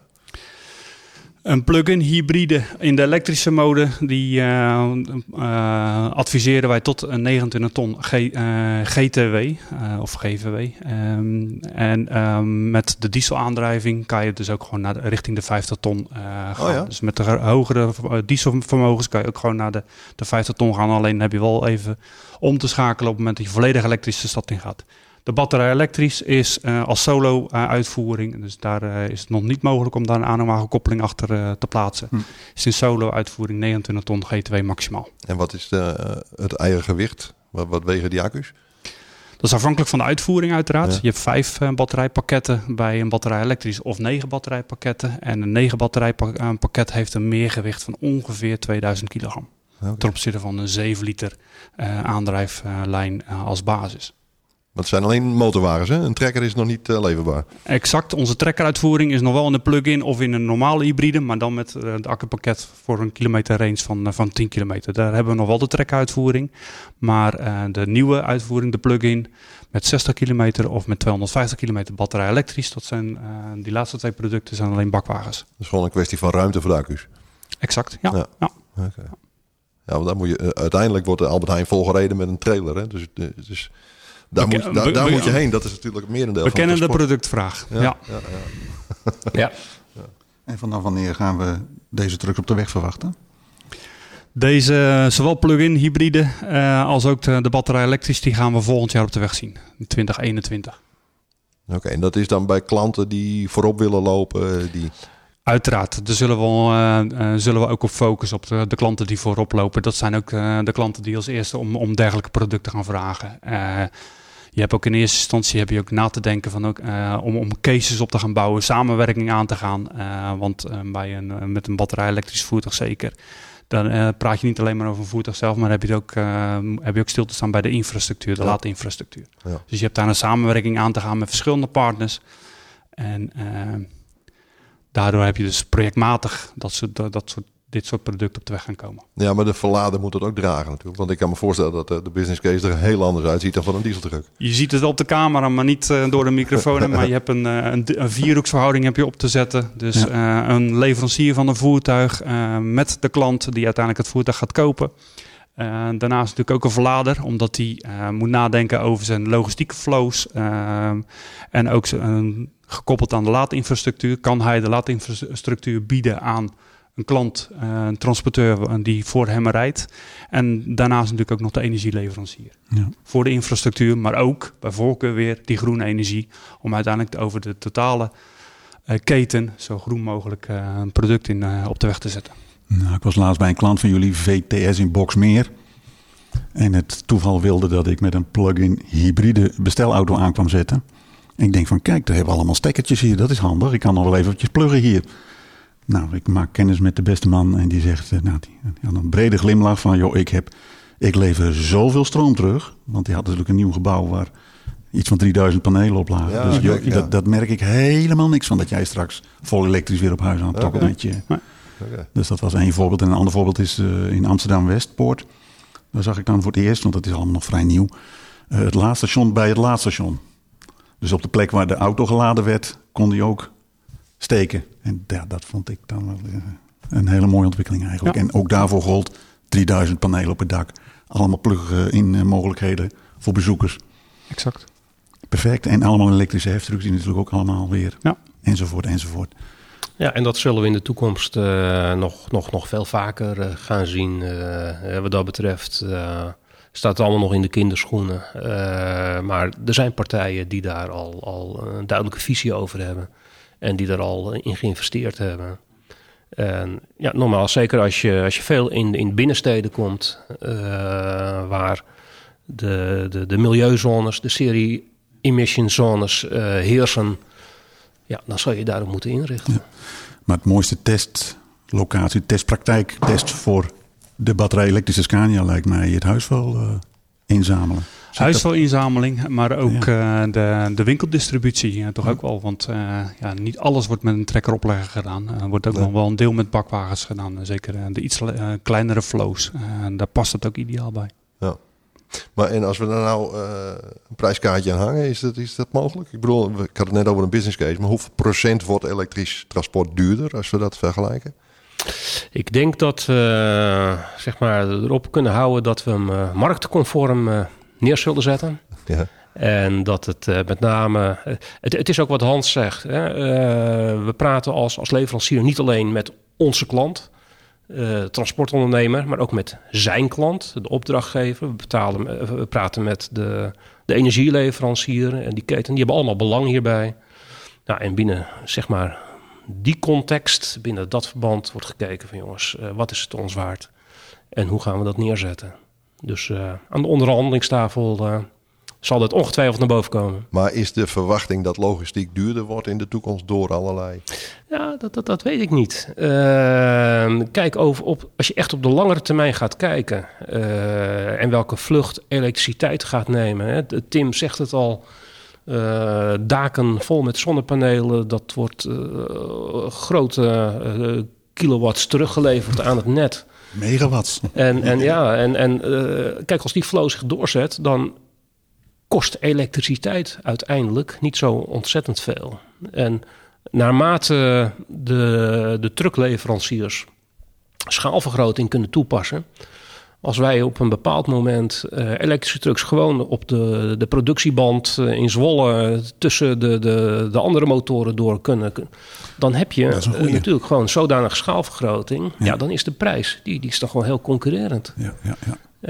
Een plug-in hybride in de elektrische mode, die uh, uh, adviseren wij tot een negenentwintig ton G, uh, G T W uh, of G V W. Um, en um, met de dieselaandrijving kan je dus ook gewoon naar de, richting de vijftig ton uh, gaan. Oh ja? Dus met de hogere uh, dieselvermogens kan je ook gewoon naar de, de vijftig ton gaan. Alleen heb je wel even om te schakelen op het moment dat je volledig elektrisch de stad in gaat. De batterij elektrisch is uh, als solo uh, uitvoering. Dus daar uh, is het nog niet mogelijk om daar een aanhangwaagenkoppeling achter uh, te plaatsen. Hm. Is in solo uitvoering negenentwintig ton G T W maximaal. En wat is de, uh, het eigen gewicht? Wat, wat wegen die accu's? Dat is afhankelijk van de uitvoering uiteraard. Ja. Je hebt vijf uh, batterijpakketten bij een batterij elektrisch of negen batterijpakketten. En een negen batterijpakket heeft een meergewicht van ongeveer tweeduizend kilogram. Okay. Ten opzichte van een zeven liter uh, aandrijflijn uh, als basis. Want het zijn alleen motorwagens, hè? Een trekker is nog niet uh, leverbaar. Exact. Onze trekkeruitvoering is nog wel in een plug-in of in een normale hybride. Maar dan met uh, de accupakket voor een kilometer range van, uh, van tien kilometer. Daar hebben we nog wel de trekkeruitvoering. Maar uh, de nieuwe uitvoering, de plug-in met zestig kilometer of met tweehonderdvijftig kilometer batterij elektrisch. Dat zijn, uh, die laatste twee producten zijn alleen bakwagens. Dat is gewoon een kwestie van ruimte voor de accu's. Exact, ja. Ja, ja. Okay. Ja, want daar moet je, uh, uiteindelijk wordt de Albert Heijn volgereden met een trailer. Hè? Dus, dus daar, moet, daar, daar moet je heen. Dat is natuurlijk het merendeel we van kennen de productvraag. Ja. Ja, Ja. ja, ja. Ja. Ja. En vanaf wanneer gaan we deze trucks op de weg verwachten? Deze, zowel plug-in hybride uh, als ook de, de batterij elektrisch, die gaan we volgend jaar op de weg zien. In twintig eenentwintig. Oké, okay, en dat is dan bij klanten die voorop willen lopen? Die... Uiteraard, daar zullen we, uh, uh, zullen we ook op focussen op de, de klanten die voorop lopen. Dat zijn ook uh, de klanten die als eerste om, om dergelijke producten gaan vragen. Uh, je hebt ook in eerste instantie heb je ook na te denken van ook, uh, om, om cases op te gaan bouwen, samenwerking aan te gaan. Uh, want uh, bij een, uh, met een batterij elektrisch voertuig zeker, dan uh, praat je niet alleen maar over een voertuig zelf, maar heb je ook, uh, heb je ook stil te staan bij de infrastructuur, de ja. laadinfrastructuur. Ja. Dus je hebt daar een samenwerking aan te gaan met verschillende partners. En uh, daardoor heb je dus projectmatig dat soort, dat soort, dit soort producten op de weg gaan komen. Ja, maar de verlader moet het ook dragen natuurlijk. Want ik kan me voorstellen dat de business case er heel anders uitziet dan van een dieseltruck. Je ziet het op de camera, maar niet uh, door de microfoon. Maar je hebt een, uh, een, een vierhoeksverhouding heb je op te zetten. Dus ja. uh, een leverancier van een voertuig uh, met de klant die uiteindelijk het voertuig gaat kopen. Uh, daarnaast natuurlijk ook een verlader, omdat hij uh, moet nadenken over zijn logistieke flows. Uh, en ook uh, gekoppeld aan de laadinfrastructuur, kan hij de laadinfrastructuur bieden aan een klant, uh, een transporteur die voor hem rijdt. En daarnaast natuurlijk ook nog de energieleverancier. Ja. Voor de infrastructuur, maar ook bij voorkeur weer die groene energie. Om uiteindelijk over de totale uh, keten zo groen mogelijk uh, een product in, uh, op de weg te zetten. Nou, ik was laatst bij een klant van jullie, V T S in Boxmeer. En het toeval wilde dat ik met een plug-in hybride bestelauto aan kwam zetten. En ik denk van kijk, daar hebben we allemaal stekkertjes hier. Dat is handig. Ik kan nog wel eventjes pluggen hier. Nou, ik maak kennis met de beste man en die zegt, nou, die, die had een brede glimlach van, joh, ik heb, ik lever zoveel stroom terug. Want die had natuurlijk een nieuw gebouw waar iets van drieduizend panelen op lagen. Ja, dus joh, ja. dat, dat merk ik helemaal niks van dat jij straks vol elektrisch weer op huis aan het tokken okay. met je. Ja. Okay. Dus dat was één voorbeeld. En een ander voorbeeld is uh, in Amsterdam-Westpoort. Daar zag ik dan voor het eerst, want dat is allemaal nog vrij nieuw, uh, het laadstation bij het laadstation. Dus op de plek waar de auto geladen werd, kon die ook steken. En ja, dat vond ik dan wel uh, een hele mooie ontwikkeling eigenlijk. Ja. En ook daarvoor gold drieduizend panelen op het dak. Allemaal plug-in uh, mogelijkheden voor bezoekers. Exact. Perfect. En allemaal elektrische heftrucks die natuurlijk ook allemaal weer. Ja. Enzovoort, enzovoort. Ja, en dat zullen we in de toekomst uh, nog, nog, nog veel vaker uh, gaan zien. Uh, wat dat betreft uh, staat het allemaal nog in de kinderschoenen. Uh, maar er zijn partijen die daar al, al een duidelijke visie over hebben. En die er al in geïnvesteerd hebben. En ja, nogmaals, zeker als je, als je veel in, in binnensteden komt, uh, waar de, de, de milieuzones, de serie emission zones uh, heersen, ja, dan zou je daarop moeten inrichten. Ja. Maar het mooiste testlocatie, testpraktijk, test voor de batterij elektrische Scania lijkt mij het huisvuil uh, inzamelen. Huisvuilinzameling, maar ook ja. uh, de, de winkeldistributie uh, toch ja. ook wel. Want uh, ja, niet alles wordt met een trekkeroplegger gedaan. Er uh, wordt ook nee. nog wel een deel met bakwagens gedaan. Uh, zeker uh, de iets uh, kleinere flows. Uh, daar past het ook ideaal bij. Ja. Maar en als we er nou uh, een prijskaartje aan hangen, is dat, is dat mogelijk? Ik bedoel, ik had het net over een business case, maar hoeveel procent wordt elektrisch transport duurder als we dat vergelijken? Ik denk dat we zeg maar, erop kunnen houden dat we hem uh, marktconform uh, neer zullen zetten. Ja. En dat het uh, met name... Uh, het, het is ook wat Hans zegt. Hè? Uh, we praten als, als leverancier niet alleen met onze klant, uh, transportondernemer, maar ook met zijn klant, de opdrachtgever. We, betalen, uh, we praten met de, de energieleverancier en die keten. Die hebben allemaal belang hierbij. Nou, en binnen, zeg maar, die context, binnen dat verband wordt gekeken van jongens, uh, wat is het ons waard? En hoe gaan we dat neerzetten? Dus uh, aan de onderhandelingstafel uh, zal het ongetwijfeld naar boven komen. Maar is de verwachting dat logistiek duurder wordt in de toekomst door allerlei? Ja, dat, dat, dat weet ik niet. Uh, kijk, over op, als je echt op de langere termijn gaat kijken uh, en welke vlucht elektriciteit gaat nemen. Hè. Tim zegt het al, uh, daken vol met zonnepanelen, dat wordt uh, grote uh, kilowatts teruggeleverd aan het net. Megawatts. En, en ja, en, en uh, kijk, als die flow zich doorzet, dan kost elektriciteit uiteindelijk niet zo ontzettend veel. En naarmate de, de truckleveranciers schaalvergroting kunnen toepassen, als wij op een bepaald moment uh, elektrische trucks gewoon op de, de productieband uh, in Zwolle tussen de, de, de andere motoren door kunnen, dan heb je uh, natuurlijk gewoon zodanig schaalvergroting. Ja. ja, dan is de prijs, die, die is toch gewoon heel concurrerend. Ja, ja, ja. Uh,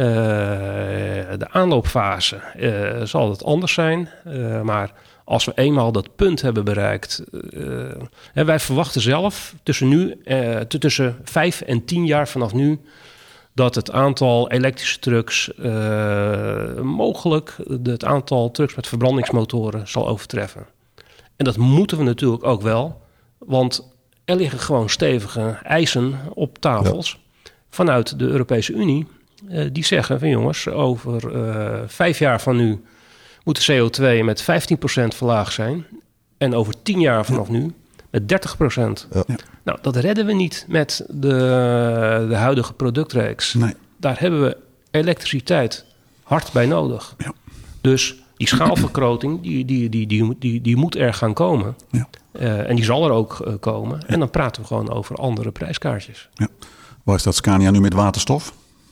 de aanloopfase uh, zal het anders zijn, uh, maar als we eenmaal dat punt hebben bereikt, uh, en wij verwachten zelf tussen nu, uh, t- tussen vijf en tien jaar vanaf nu, dat het aantal elektrische trucks uh, mogelijk het aantal trucks met verbrandingsmotoren zal overtreffen. En dat moeten we natuurlijk ook wel, want er liggen gewoon stevige eisen op tafels ja. vanuit de Europese Unie. Uh, die zeggen van jongens, over uh, vijf jaar van nu moet de C O twee met vijftien procent verlaagd zijn. En over tien jaar vanaf nu met dertig procent. Ja. Nou, dat redden we niet met de, de huidige productreeks. Nee. Daar hebben we elektriciteit hard bij nodig. Ja. Dus die schaalvergroting, die, die, die, die, die, die moet er gaan komen. Ja. Uh, en die zal er ook uh, komen. Ja. En dan praten we gewoon over andere prijskaartjes. Ja. Waar staat Scania nu met waterstof?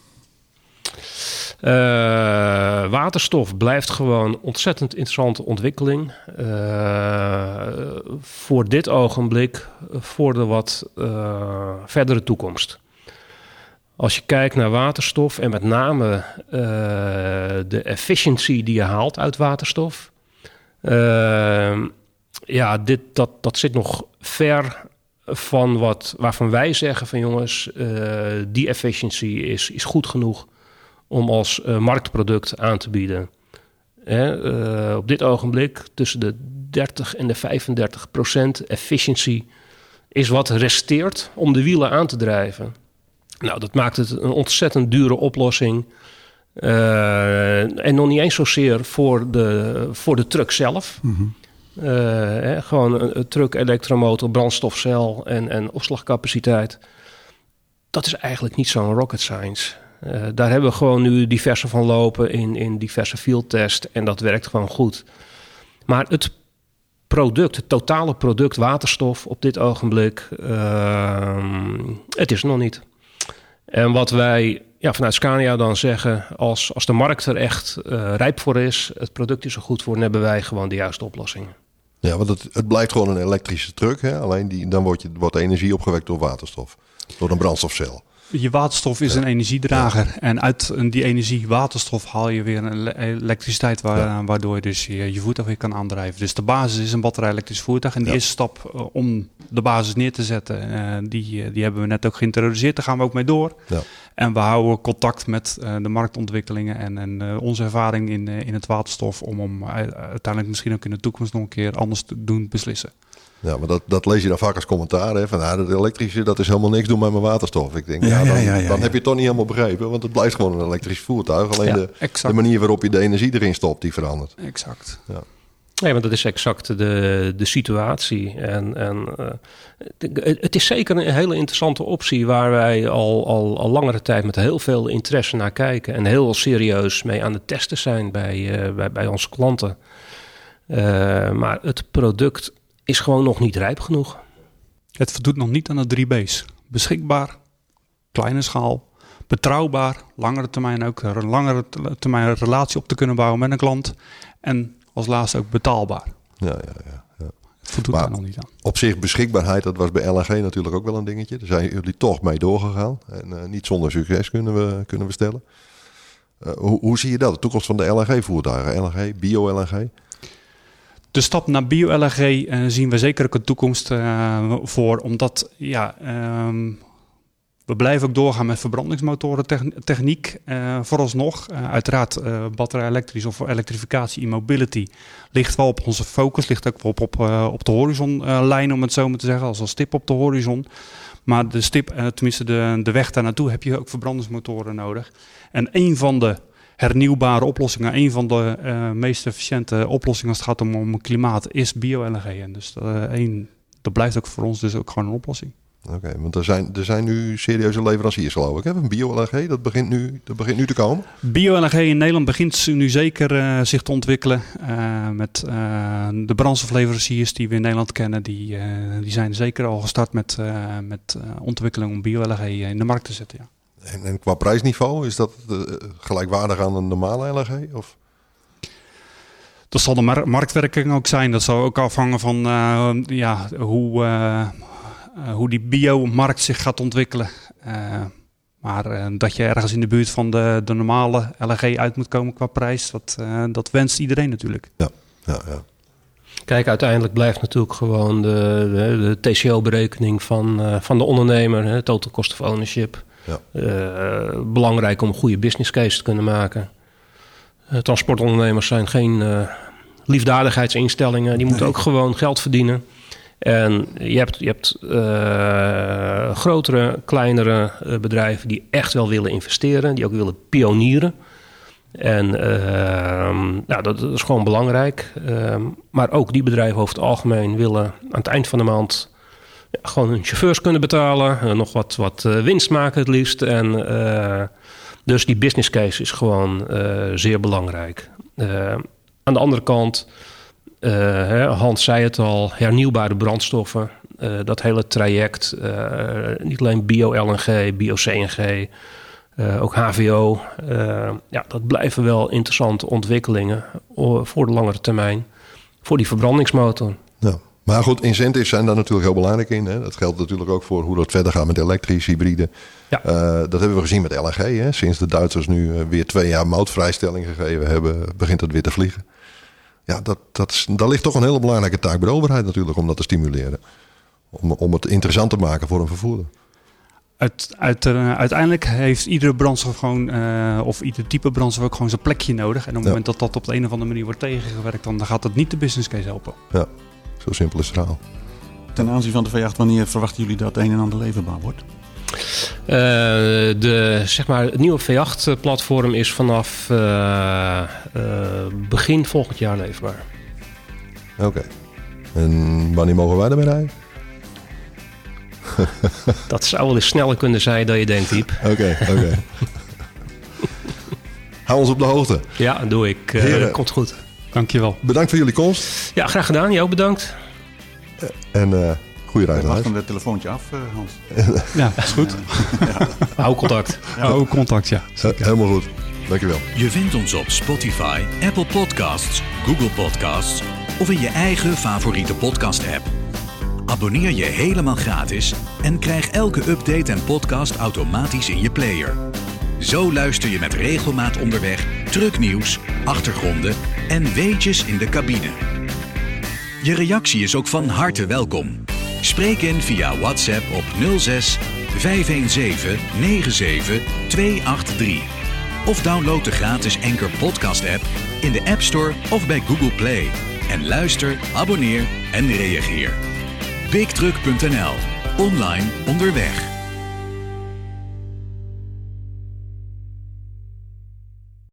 Uh, waterstof blijft gewoon ontzettend interessante ontwikkeling. Uh, voor dit ogenblik, voor de wat uh, verdere toekomst. Als je kijkt naar waterstof en met name uh, de efficiëntie die je haalt uit waterstof. Uh, ja, dit, dat, dat zit nog ver van wat waarvan wij zeggen van jongens, uh, die efficiëntie is, is goed genoeg om als uh, marktproduct aan te bieden. Hè, uh, op dit ogenblik tussen de dertig en de vijfendertig procent efficiëntie is wat resteert om de wielen aan te drijven. Nou, dat maakt het een ontzettend dure oplossing. Uh, en nog niet eens zozeer voor de, voor de truck zelf. Mm-hmm. Uh, hè, gewoon een, een truck, elektromotor, brandstofcel en, en opslagcapaciteit. Dat is eigenlijk niet zo'n rocket science. Uh, daar hebben we gewoon nu diverse van lopen in, in diverse fieldtests. En dat werkt gewoon goed. Maar het product, het totale product waterstof op dit ogenblik, uh, het is er nog niet. En wat wij ja, vanuit Scania dan zeggen, als, als de markt er echt uh, rijp voor is, het product is er goed voor, dan hebben wij gewoon de juiste oplossingen. Ja, want het, het blijft gewoon een elektrische truck. Hè? Alleen die, dan wordt, je, wordt de energie opgewekt door waterstof. Door een brandstofcel. Je waterstof is ja. een energiedrager. Ja. En uit die energie waterstof haal je weer een elektriciteit waar, ja. waardoor je dus je, je voertuig weer kan aandrijven. Dus de basis is een batterij-elektrisch voertuig. En die ja. eerste stap uh, om de basis neer te zetten, uh, die, die hebben we net ook geïntroduceerd. Daar gaan we ook mee door. Ja. En we houden contact met uh, de marktontwikkelingen en, en uh, onze ervaring in, uh, in het waterstof om om uh, uiteindelijk misschien ook in de toekomst nog een keer anders te doen beslissen. Ja, maar dat, dat lees je dan vaak als commentaar. Hè? Van ah, dat elektrische, dat is helemaal niks doen met mijn waterstof. Ik denk, ja, ja, dan, ja, ja, ja, dan ja. heb je het toch niet helemaal begrepen. Want het blijft gewoon een elektrisch voertuig. Alleen ja, de, de manier waarop je de energie erin stopt, die verandert. Exact. Ja. Nee, want dat is exact de, de situatie. En, en uh, het, het is zeker een hele interessante optie waar wij al, al, al langere tijd met heel veel interesse naar kijken. En heel serieus mee aan het testen zijn bij, uh, bij, bij onze klanten. Uh, maar het product is gewoon nog niet rijp genoeg. Het voldoet nog niet aan de drie B's. Beschikbaar, kleine schaal, betrouwbaar, langere termijn ook een langere termijn relatie op te kunnen bouwen met een klant. En als laatste ook betaalbaar. Ja, ja, ja. ja. Het voldoet daar nog niet aan. Op zich beschikbaarheid, dat was bij L N G natuurlijk ook wel een dingetje. Daar zijn jullie toch mee doorgegaan. En uh, niet zonder succes kunnen we, kunnen we stellen. Uh, hoe, hoe zie je dat? De toekomst van de L N G-voertuigen? L N G, bio-L N G? De stap naar bio-L N G uh, zien we zeker ook een toekomst uh, voor. Omdat ja, um, we blijven ook doorgaan met verbrandingsmotoren techniek. Uh, vooralsnog, uh, uiteraard uh, batterij elektrisch of elektrificatie, e-mobility ligt wel op onze focus. Ligt ook wel op, op, uh, op de horizonlijn, uh, om het zo maar te zeggen. Als een stip op de horizon. Maar de stip, uh, tenminste de, de weg daar naartoe, heb je ook verbrandingsmotoren nodig. En een van de hernieuwbare oplossingen, een van de uh, meest efficiënte oplossingen als het gaat om, om klimaat, is bio-L N G. En dus uh, één, dat blijft ook voor ons dus ook gewoon een oplossing. Oké, okay, want er zijn, er zijn nu serieuze leveranciers, geloof ik. Hè? Een bio-L N G, dat begint nu, dat begint nu te komen. Bio-L N G in Nederland begint nu zeker uh, zich te ontwikkelen. Uh, met uh, de brandstofleveranciers die we in Nederland kennen, die, uh, die zijn zeker al gestart met, uh, met uh, ontwikkeling om bio-L N G in de markt te zetten. Ja. En, en qua prijsniveau, is dat uh, gelijkwaardig aan een normale L N G? Of? Dat zal de mar- marktwerking ook zijn. Dat zal ook afhangen van uh, ja, hoe, uh, uh, hoe die biomarkt zich gaat ontwikkelen. Uh, maar uh, dat je ergens in de buurt van de, de normale L N G uit moet komen qua prijs, dat, uh, dat wenst iedereen natuurlijk. Ja, ja, ja. Kijk, uiteindelijk blijft natuurlijk gewoon de, de, de T C O-berekening van, uh, van de ondernemer, hè, total cost of ownership. Ja. Uh, belangrijk om een goede business case te kunnen maken. Uh, transportondernemers zijn geen uh, liefdadigheidsinstellingen. Die moeten nee. ook gewoon geld verdienen. En je hebt, je hebt uh, grotere, kleinere uh, bedrijven die echt wel willen investeren. Die ook willen pionieren. En uh, nou, dat is gewoon belangrijk. Uh, maar ook die bedrijven over het algemeen willen aan het eind van de maand ja, gewoon hun chauffeurs kunnen betalen. Uh, nog wat, wat uh, winst maken het liefst. En uh, dus die business case is gewoon uh, zeer belangrijk. Uh, aan de andere kant, uh, hè, Hans zei het al, hernieuwbare brandstoffen. Uh, dat hele traject, uh, niet alleen bio-L N G, bio-C N G... Uh, ook H V O. Uh, ja, dat blijven wel interessante ontwikkelingen voor de langere termijn. Voor die verbrandingsmotor. Ja. Maar goed, incentives zijn daar natuurlijk heel belangrijk in. Hè? Dat geldt natuurlijk ook voor hoe dat verder gaat met elektrisch, hybride. Ja. Uh, dat hebben we gezien met L N G. Hè? Sinds de Duitsers nu weer twee jaar moutvrijstelling gegeven hebben, begint het weer te vliegen. Ja, dat, dat is, daar ligt toch een hele belangrijke taak bij de overheid natuurlijk om dat te stimuleren. Om, om het interessant te maken voor een vervoerder. Uit, uit, uh, uiteindelijk heeft iedere brandstof gewoon, uh, of ieder type brandstof ook gewoon zijn plekje nodig. En op het ja. moment dat dat op de een of andere manier wordt tegengewerkt, dan gaat dat niet de business case helpen. Ja, zo simpel is het verhaal. Ten aanzien van de V acht, wanneer verwachten jullie dat het een en ander leverbaar wordt? Uh, de, zeg maar, het nieuwe V acht platform is vanaf uh, uh, begin volgend jaar leverbaar. Oké. Okay. En wanneer mogen wij ermee rijden? Dat zou wel eens sneller kunnen zijn dan je denkt, Iep. Oké, okay, oké. Okay. Hou ons op de hoogte. Ja, dat doe ik. Uh, Heren, komt goed. Dankjewel. Bedankt voor jullie komst. Ja, graag gedaan. Jij ook bedankt. Uh, en uh, goede reis naar huis. Wacht hem het telefoontje af, uh, Hans. Ja, is goed. ja. Hou contact. Ja. Hou contact, ja. Uh, helemaal goed. Dankjewel. Je vindt ons op Spotify, Apple Podcasts, Google Podcasts of in je eigen favoriete podcast-app. Abonneer je helemaal gratis en krijg elke update en podcast automatisch in je player. Zo luister je met regelmaat onderweg, trucknieuws, achtergronden en weetjes in de cabine. Je reactie is ook van harte welkom. Spreek in via WhatsApp op nul zes vijf een zeven negen zeven twee acht drie. Of download de gratis Anchor podcast app in de App Store of bij Google Play. En luister, abonneer en reageer. bigtruck punt n l. Online onderweg.